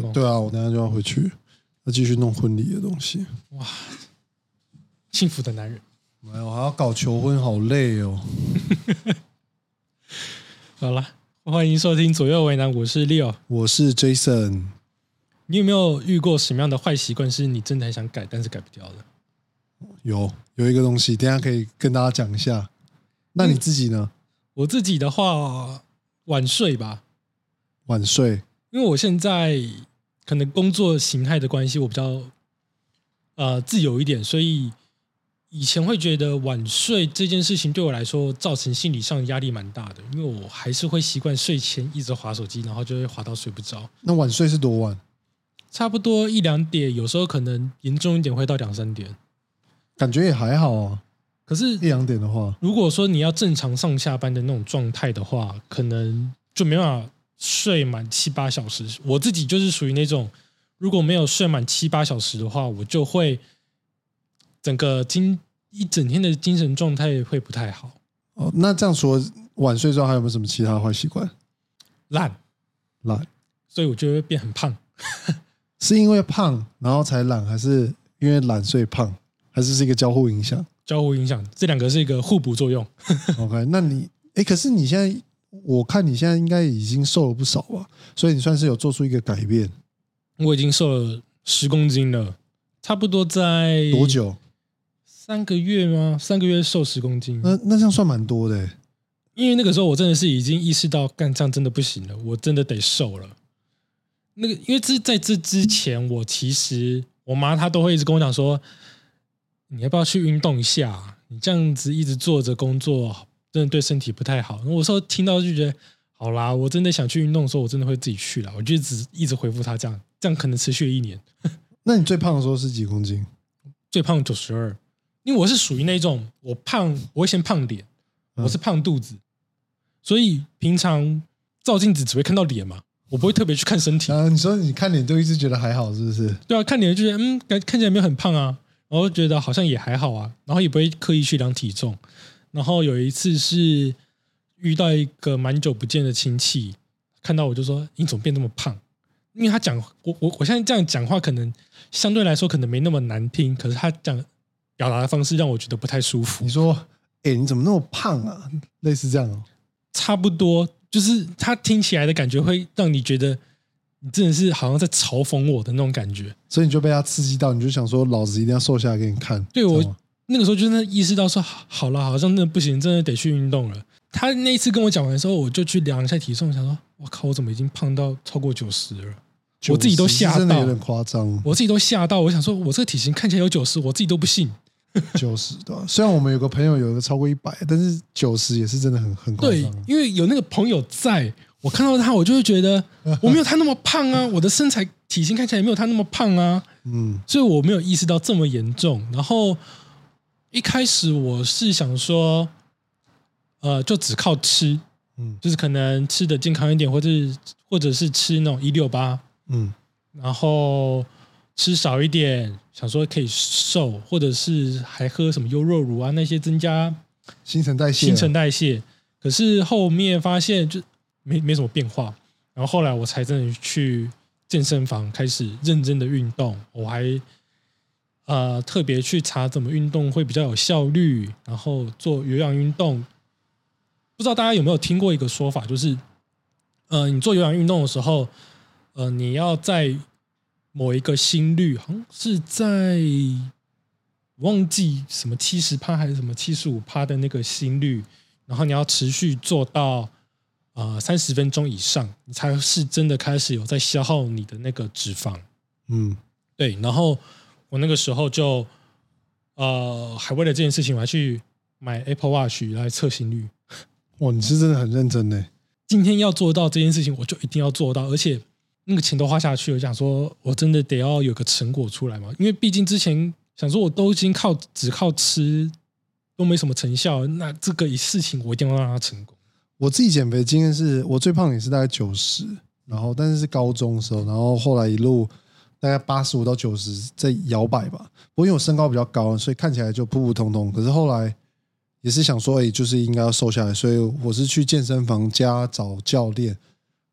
哦。 对啊，我等一下就要回去，要继续弄婚礼的东西。 哇，幸福的男人。 没有，还要搞求婚，好累哦。 好了，欢迎收听左右为难，我是 Leo， 我是 Jason。 你有没有遇过什么样的坏习惯是你真的很想改，但是改不掉的？ 有一个东西，等一下可以跟大家讲一下。那你自己呢？ 我自己的话，晚睡吧。 晚睡， 因为我现在可能工作形态的关系，我比较自由一点，所以以前会觉得晚睡这件事情对我来说造成心理上压力蛮大的，因为我还是会习惯睡前一直滑手机，然后就会滑到睡不着。 那晚睡是多晚？ 差不多1-2点，有时候可能严重一点会到2-3点， 感觉也还好啊。 可是 1-2点的话， 如果说你要正常上下班的那种状态的话，可能就没办法睡满7-8小时。我自己就是属于那种，如果没有睡满7-8小时的话，我就会整个一整天的精神状态会不太好。 哦，那这样除了晚睡之后，还有没有什么其他坏习惯？ 懒，所以我就会变很胖。 是因为胖然后才懒，还是因为懒所以胖，还是一个交互影响？ 交互影响，这两个是一个互补作用。 OK， 那你可是你现在，我看你现在应该已经瘦了不少吧，所以你算是有做出一个改变。 我已经瘦了10公斤了，差不多在多久 ？3个月吗？3个月瘦10公斤。 那这样算蛮多的欸。 因为那个时候我真的是已经意识到，干这样真的不行了，我真的得瘦了。因为在这之前，我妈她都会一直跟我讲说，你要不要去运动一下？你这样子一直坐着工作，真的对身体不太好。我说听到就觉得，好啦，我真的想去运动的时候，我真的会自己去啦。我就一直回复她这样可能持续了1年。 那你最胖的时候是几公斤？ 最胖92，因为我是属于那种我会先胖脸，我是胖肚子，所以平常照镜子只会看到脸嘛。我不会特别去看身体。 你说你看脸都一直觉得还好，是不是？ 对啊，看脸就觉得看起来没有很胖啊，然后觉得好像也还好啊，然后也不会刻意去量体重。然后有一次是遇到一个蛮久不见的亲戚，看到我就说：“你怎么变这么胖？”因为他讲我现在这样讲话，可能相对来说可能没那么难听，可是他表达的方式让我觉得不太舒服。 你说：“你怎么那么胖啊？”类似这样哦。 差不多。就是他听起来的感觉会让你觉得你真的是好像在嘲讽我的那种感觉， 所以你就被他刺激到，你就想说老子一定要瘦下来给你看。 对，我那个时候就真的意识到说好了，好像真的不行，真的得去运动了。他那一次跟我讲完的时候，我就去量一下体重，想说我靠，我怎么已经胖到超过90了？我自己都吓到， 真的有点夸张。 我自己都吓到，我想说我这个体型看起来有90，我自己都不信。 90对吧？虽然我们有个朋友有一个超过100，但是90也是真的很夸张。 对，因为有那个朋友在，我看到他，我就会觉得我没有他那么胖啊，我的身材体型看起来也没有他那么胖啊，所以我没有意识到这么严重。然后一开始我是想说，就只靠吃，就是可能吃的健康一点，或者是吃那种168，然后吃少一点。想说可以瘦，或者是还喝什么优酪乳啊，那些增加新陈代谢。可是后面发现就没什么变化，然后后来我才真的去健身房开始认真的运动。我还特别去查怎么运动会比较有效率，然后做有氧运动。不知道大家有没有听过一个说法，就是你做有氧运动的时候，你要在某一个心率，好像是在忘记什么70%还是什么75%的那个心率，然后你要持续做到30分钟以上，你才是真的开始有在消耗你的那个脂肪。对。然后我那个时候就还为了这件事情，我还去买 Apple Watch 来测心率。哇，你是真的很认真耶。 今天要做到这件事情，我就一定要做到，而且那个钱都花下去了，想说我真的得要有个成果出来嘛，因为毕竟之前想说我都已经只靠吃都没什么成效，那这个事情我一定要让它成功。 我自己减肥经验是我最胖也是大概90，然后但是高中的时候，然后后来一路大概85到90在摇摆吧。不过因为我身高比较高，所以看起来就普普通通。可是后来也是想说，就是应该要瘦下来，所以我是去健身房加找教练。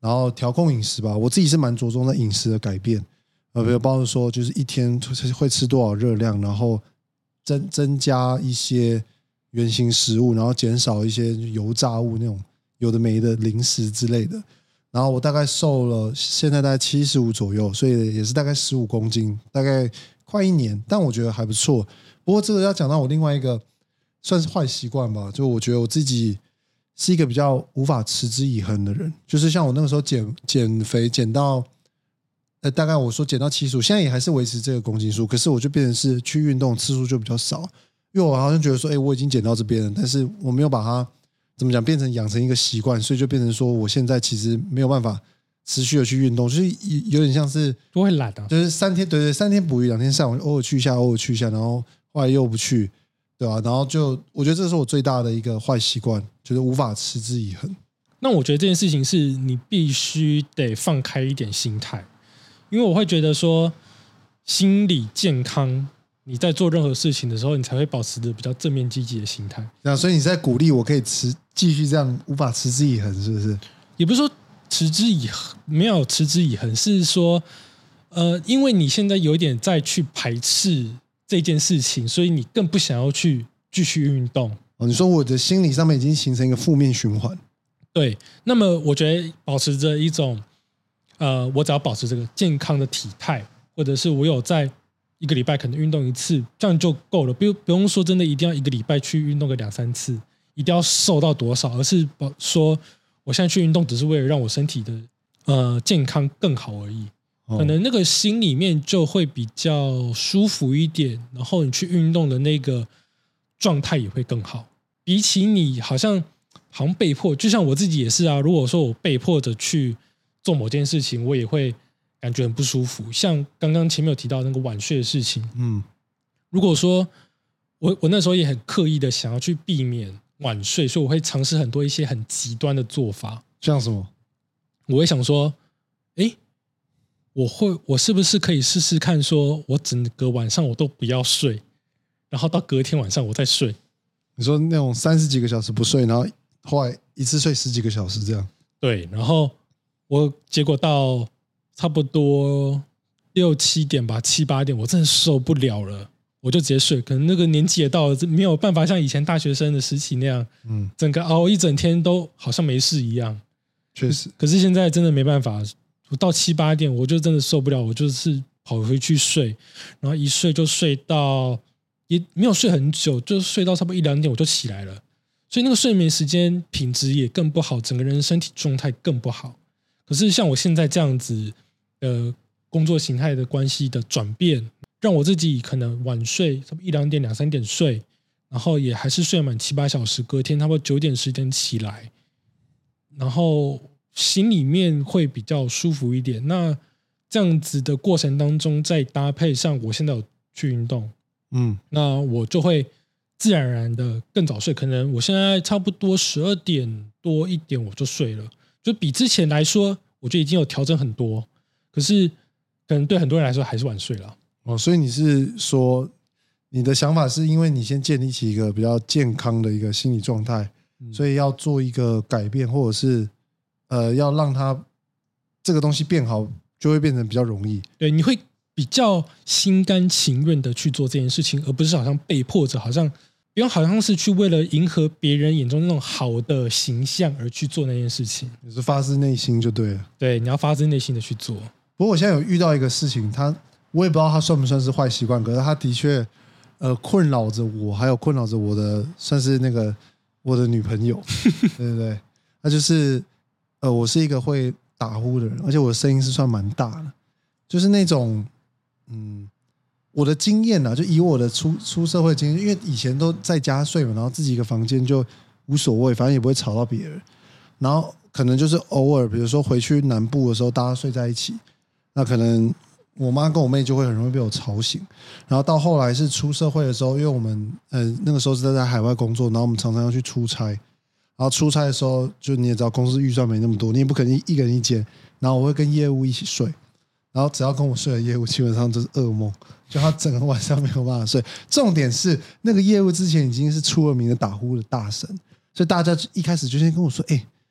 然后调控饮食吧，我自己是蛮着重在饮食的改变，比如包括说就是一天会吃多少热量，然后增加一些原型食物，然后减少一些油炸物那种有的没的零食之类的。然后我大概瘦了，现在大概75左右，所以也是大概15公斤，大概快1年，但我觉得还不错。不过这个要讲到我另外一个算是坏习惯吧，就我觉得我自己是一个比较无法持之以恒的人，就是像我那个时候减肥减到大概我说减到75，现在也还是维持这个公斤数，可是我就变成是去运动次数就比较少，因为我好像觉得说我已经减到这边了，但是我没有把它怎么讲变成养成一个习惯，所以就变成说我现在其实没有办法持续的去运动，就是有点像是都会懒啊， 就是3天捕鱼2天晒网，偶尔去一下，然后后来又不去，对吧？然后就我觉得这是我最大的一个坏习惯，就是无法持之以恒。 那我觉得这件事情是你必须得放开一点心态，因为我会觉得说心理健康，你在做任何事情的时候，你才会保持着比较正面积极的心态。 所以你在鼓励我可以继续这样无法持之以恒，是不是？ 也不是说没有持之以恒，是说因为你现在有一点在去排斥这件事情，所以你更不想要去继续运动。 你说我的心理上面已经形成一个负面循环。 对，那么我觉得保持着一种我只要保持这个健康的体态，或者是我有在1个礼拜可能运动1次，这样就够了，不用说真的一定要1个礼拜去运动个2-3次，一定要瘦到多少，而是说我现在去运动只是为了让我身体的健康更好而已，可能那个心里面就会比较舒服一点，然后你去运动的那个状态也会更好，比起你好像被迫，就像我自己也是啊，如果说我被迫着去做某件事情，我也会感觉很不舒服。像刚刚前面有提到那个晚睡的事情，如果说我那时候也很刻意的想要去避免晚睡，所以我会尝试很多一些很极端的做法。 像什么？ 我会想说，我是不是可以试试看，说我整个晚上我都不要睡，然后到隔天晚上我再睡。 你说那种30几个小时不睡，然后后来一次睡10几个小时这样？ 对，然后我结果到差不多6、7点吧，7、8点，我真的受不了了，我就直接睡。可能那个年纪也到了，没有办法像以前大学生的时期那样，整个熬一整天都好像没事一样。 确实， 可是现在真的没办法，我到7、8点我就真的受不了，我就是跑回去睡，然后一睡就睡到也没有睡很久，就睡到差不多1、2点我就起来了。所以那个睡眠时间品质也更不好，整个人身体状态更不好。可是像我现在这样子的工作形态的关系的转变，让我自己可能晚睡，差不多1、2点、2、3点睡，然后也还是睡满7、8小时，隔天差不多9点、10点起来，然后心里面会比较舒服一点。那这样子的过程当中，再搭配上我现在有去运动，那我就会自然而然的更早睡，可能我现在差不多12点多1点我就睡了，就比之前来说，我觉得已经有调整很多。可是可能对很多人来说还是晚睡了。 所以你是说你的想法是因为你先建立起一个比较健康的一个心理状态，所以要做一个改变，或者是要让它这个东西变好，就会变成比较容易。 对，你会比较心甘情愿的去做这件事情，而不是好像被迫着，好像是去为了迎合别人眼中那种好的形象而去做那件事情。 你是发自内心就对了。 对，你要发自内心的去做。 不过我现在有遇到一个事情，我也不知道它算不算是坏习惯，可是它的确困扰着我，还有困扰着我的算是那个我的女朋友，对不对？那就是我是一个会打呼的人，而且我的声音是算蛮大的，就是那种我的经验就以我的出社会经验，因为以前都在家睡嘛，然后自己一个房间就无所谓，反正也不会吵到别人，然后可能就是偶尔比如说回去南部的时候大家睡在一起，那可能我妈跟我妹就会很容易被我吵醒，然后到后来是出社会的时候，因为我们那个时候是在海外工作，然后我们常常要去出差，然后出差的时候就你也知道公司预算没那么多，你也不可能一个人一间，然后我会跟业务一起睡，然后只要跟我睡的业务基本上就是噩梦，就他整个晚上没有办法睡。重点是那个业务之前已经是出了名的打呼的大神，所以大家一开始就先跟我说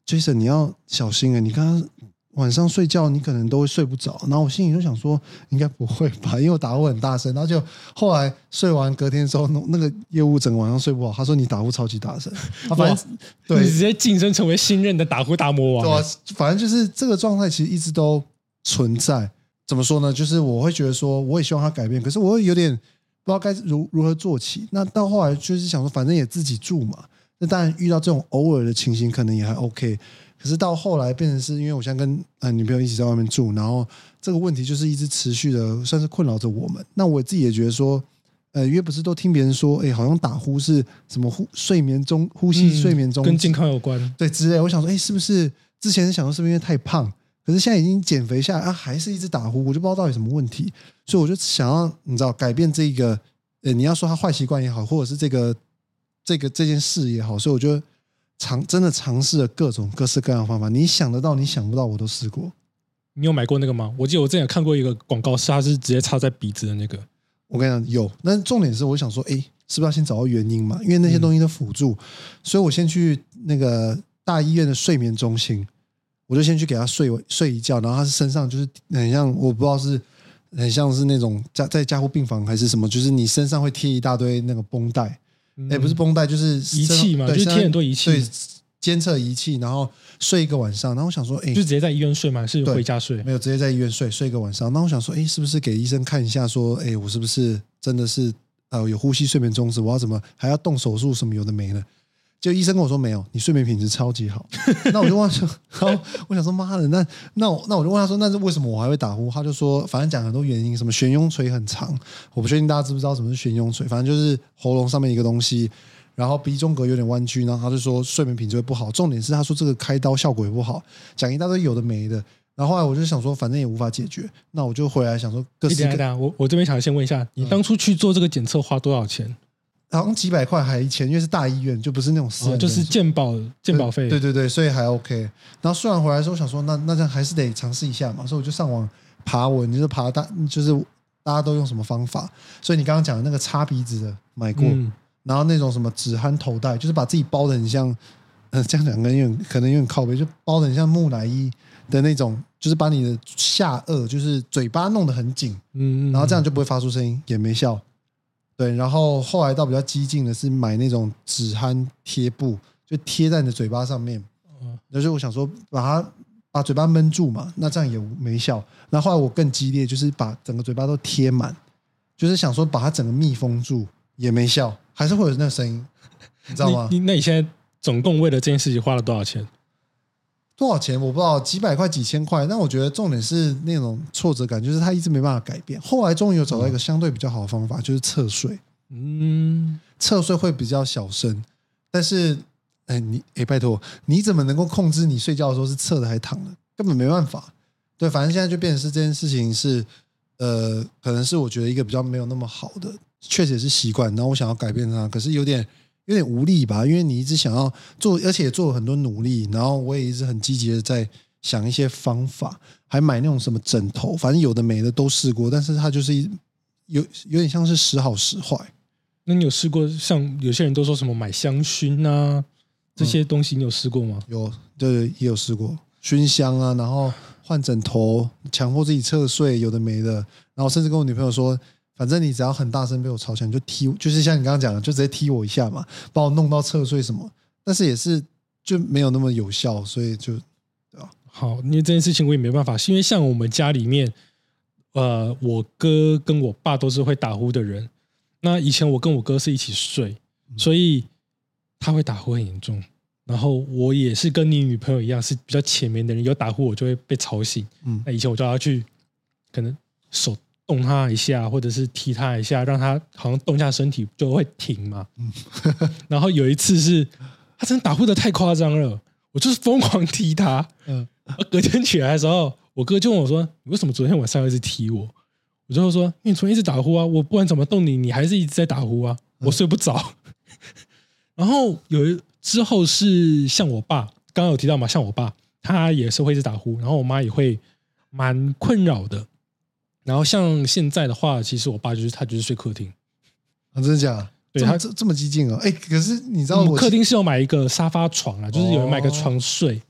Jason 你要小心你刚刚晚上睡觉你可能都会睡不着，然后我心里就想说应该不会吧，因为我打呼很大声，然后就后来睡完隔天的时候那个业务整个晚上睡不好，他说你打呼超级大声，反正对你直接晋升成为新任的打呼大魔王。 对反正就是这个状态其实一直都存在。怎么说呢，就是我会觉得说我也希望他改变，可是我会有点不知道该如何做起。那到后来就是想说反正也自己住嘛，那当然遇到这种偶尔的情形可能也还 OK，可是到后来变成是因为我现在跟女朋友一起在外面住，然后这个问题就是一直持续的算是困扰着我们。那我自己也觉得说因为不是都听别人说好像打呼是什么睡眠中呼吸睡眠中跟健康有关对之类，我想说是不是之前是想说是不是因为太胖，可是现在已经减肥下来还是一直打呼，我就不知道到底什么问题，所以我就想要你知道改变这个你要说他坏习惯也好，或者是这件事也好，所以我就真的尝试了各式各样的方法，你想得到你想不到我都试过。 你有买过那个吗？我记得我之前有看过一个广告，它是直接插在鼻子的那个。 我跟你讲有，但重点是我想说是不是要先找到原因嘛，因为那些东西都辅助，所以我先去那个大医院的睡眠中心，我就先去给他睡一觉，然后他是身上就是很像，我不知道是很像是那种在加护病房还是什么，就是你身上会贴一大堆那个绷带，不是绷带就是仪器嘛，就是贴很多仪器， 对，监测仪器，然后睡一个晚上，然后我想说就直接在医院睡吗？是回家睡？ 没有，直接在医院睡一个晚上。那我想说是不是给医生看一下说我是不是真的是有呼吸睡眠中止，我要怎么还要动手术什么有的没的。就医生跟我说没有，你睡眠品质超级好。那我就问他说，然后我想说妈的，那我就问他说，那是为什么我还会打呼？他就说，反正讲很多原因，什么悬雍垂很长，我不确定大家知不知道什么是悬雍垂，反正就是喉咙上面一个东西，然后鼻中隔有点弯曲，然后他就说睡眠品质会不好。重点是他说这个开刀效果也不好，讲一大堆有的没的。然后后来我就想说，反正也无法解决，那我就回来想说各式各样。 我这边想先问一下，你当初去做这个检测花多少钱？ 好像几百块还钱，因为是大医院，就不是那种私人就是健保费。 对，所以还 OK。然后算完回来的时候，我想说那这样还是得尝试一下嘛，所以我就上网爬文，就是就是大家都用什么方法。所以你刚刚讲的那个擦鼻子的买过，然后那种什么止鼾头带，就是把自己包得很像，这样讲可能有点靠背，就包得很像木乃伊的那种，就是把你的下颚，就是嘴巴弄得很紧，然后这样就不会发出声音，也没效。对，然后后来到比较激进的是买那种止鼾贴布，就贴在你的嘴巴上面。就是我想说把嘴巴闷住嘛，那这样也没效。那后来我更激烈，就是把整个嘴巴都贴满，就是想说把它整个密封住，也没效，还是会有那个声音，你知道吗？ 那你现在总共为了这件事情花了多少钱？ 多少钱我不知道，几百块几千块，但我觉得重点是那种挫折感，就是他一直没办法改变。后来终于有找到一个相对比较好的方法，就是侧睡。侧睡会比较小声，但是拜托，你怎么能够控制你睡觉的时候是侧的还是躺的？根本没办法。对，反正现在就变成是这件事情是可能是我觉得一个比较没有那么好的，确实也是习惯，然后我想要改变它，可是有点无力吧，因为你一直想要做，而且也做了很多努力，然后我也一直很积极的在想一些方法，还买那种什么枕头，反正有的没的都试过，但是它就是有点像是时好时坏。 那你有试过像有些人都说什么买香薰啊这些东西，你有试过吗？ 有，对，也有试过熏香啊，然后换枕头，强迫自己侧睡，有的没的，然后甚至跟我女朋友说，反正你只要很大声被我吵起来，你就踢，就是像你刚刚讲的，就直接踢我一下嘛，把我弄到侧睡什么。但是也是就没有那么有效，所以就对吧？ 好，因为这件事情我也没办法，是因为像我们家里面，我哥跟我爸都是会打呼的人。那以前我跟我哥是一起睡，所以他会打呼很严重。然后我也是跟你女朋友一样，是比较前面的人，有打呼我就会被吵醒。那以前我就要去可能手动他一下，或者是踢他一下，让他好像动一下身体就会停嘛。然后有一次是他真的打呼的太夸张了，我就是疯狂踢他。隔天起来的时候，我哥就问我说：“你为什么昨天晚上一直踢我？”我就会说：“因为你昨天一直打呼啊，我不管怎么动你，你还是一直在打呼啊，我睡不着。”然后之后是像我爸，刚刚有提到嘛，像我爸他也是会一直打呼，然后我妈也会蛮困扰的。然后像现在的话，其实我爸他就是睡客厅。 真的假的？对，这么激进哦！可是你知道我客厅是有买一个沙发床啊，就是有人买个床睡。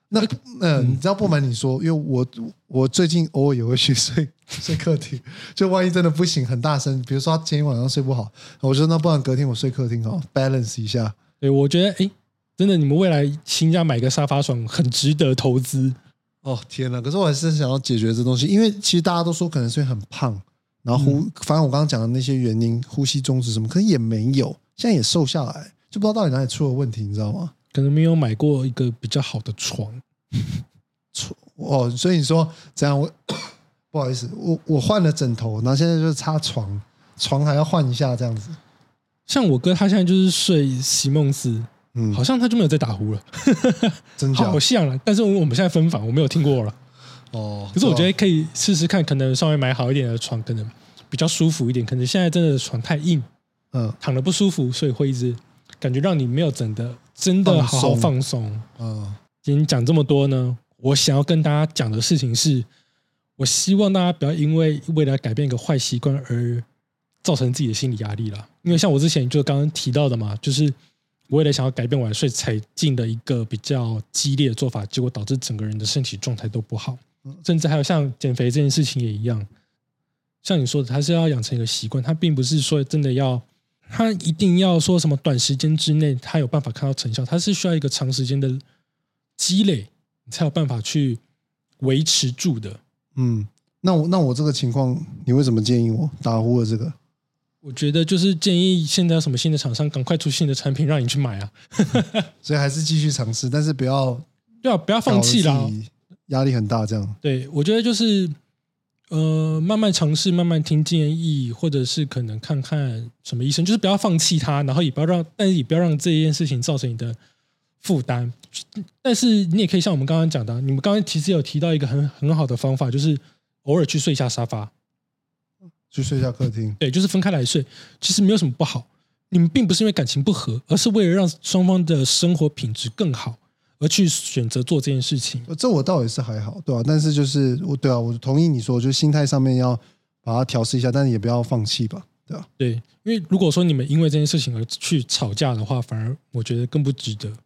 那你知道不瞒你说，因为我最近偶尔也会去睡客厅，就万一真的不行很大声，比如说他前一晚上睡不好，我说那不然隔天我睡客厅好 balance 一下。 对，我觉得真的你们未来新家买个沙发床很值得投资。 哦天哪！可是我还是想要解决这东西，因为其实大家都说可能是很胖，然后反正我刚刚讲的那些原因，呼吸中止什么，可能也没有，现在也瘦下来，就不知道到底哪里出了问题，你知道吗？ 可能没有买过一个比较好的床。 哦，所以你说这样不好意思，我换了枕头，然后现在就是擦床还要换一下这样子。 像我哥他现在就是睡席梦思，好像他就没有在打呼了， 真假？ 好像了，但是我们现在分房，我没有听过了。 哦， 可是我觉得可以试试看，可能稍微买好一点的床，可能比较舒服一点。可能现在真的床太硬，躺得不舒服，所以会一直感觉让你没有真的好好放松。今天讲这么多呢，我想要跟大家讲的事情是，我希望大家不要因为为了改变一个坏习惯而造成自己的心理压力啦。因为像我之前就刚刚提到的嘛，就是我为了想要改变晚睡才进了一个比较激烈的做法，结果导致整个人的身体状态都不好。甚至还有像减肥这件事情也一样，像你说的，它是要养成一个习惯，它并不是说真的它一定要说什么短时间之内它有办法看到成效，它是需要一个长时间的积累，你才有办法去维持住的。 那我这个情况，你会怎么建议我打呼的这个？ 我觉得就是建议现在有什么新的厂商赶快出新的产品让你去买啊。 所以还是继续尝试，但是不要放弃啦， 压力很大这样。 对，我觉得就是慢慢尝试，慢慢听建议，或者是可能看看什么医生，就是不要放弃它，然后但是也不要让这件事情造成你的负担。但是你也可以像我们刚刚讲的，你们刚刚其实有提到一个很好的方法，就是偶尔去睡一下沙发， 去睡一下客厅。 对，就是分开来睡，其实没有什么不好。你们并不是因为感情不合，而是为了让双方的生活品质更好而去选择做这件事情。 这我倒也是还好，对吧？但是就是我同意你说，就是心态上面要把它调试一下，但是也不要放弃吧，对吧？ 对，因为如果说你们因为这件事情而去吵架的话，反而我觉得更不值得。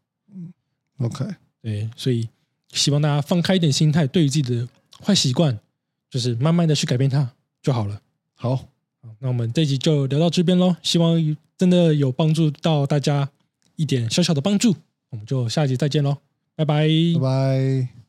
OK， 对，所以希望大家放开一点心态，对于自己的坏习惯，就是慢慢的去改变它就好了。 好， 那我们这一集就聊到这边咯，希望真的有帮助到大家一点小小的帮助，我们就下一集再见咯，拜拜， 拜拜。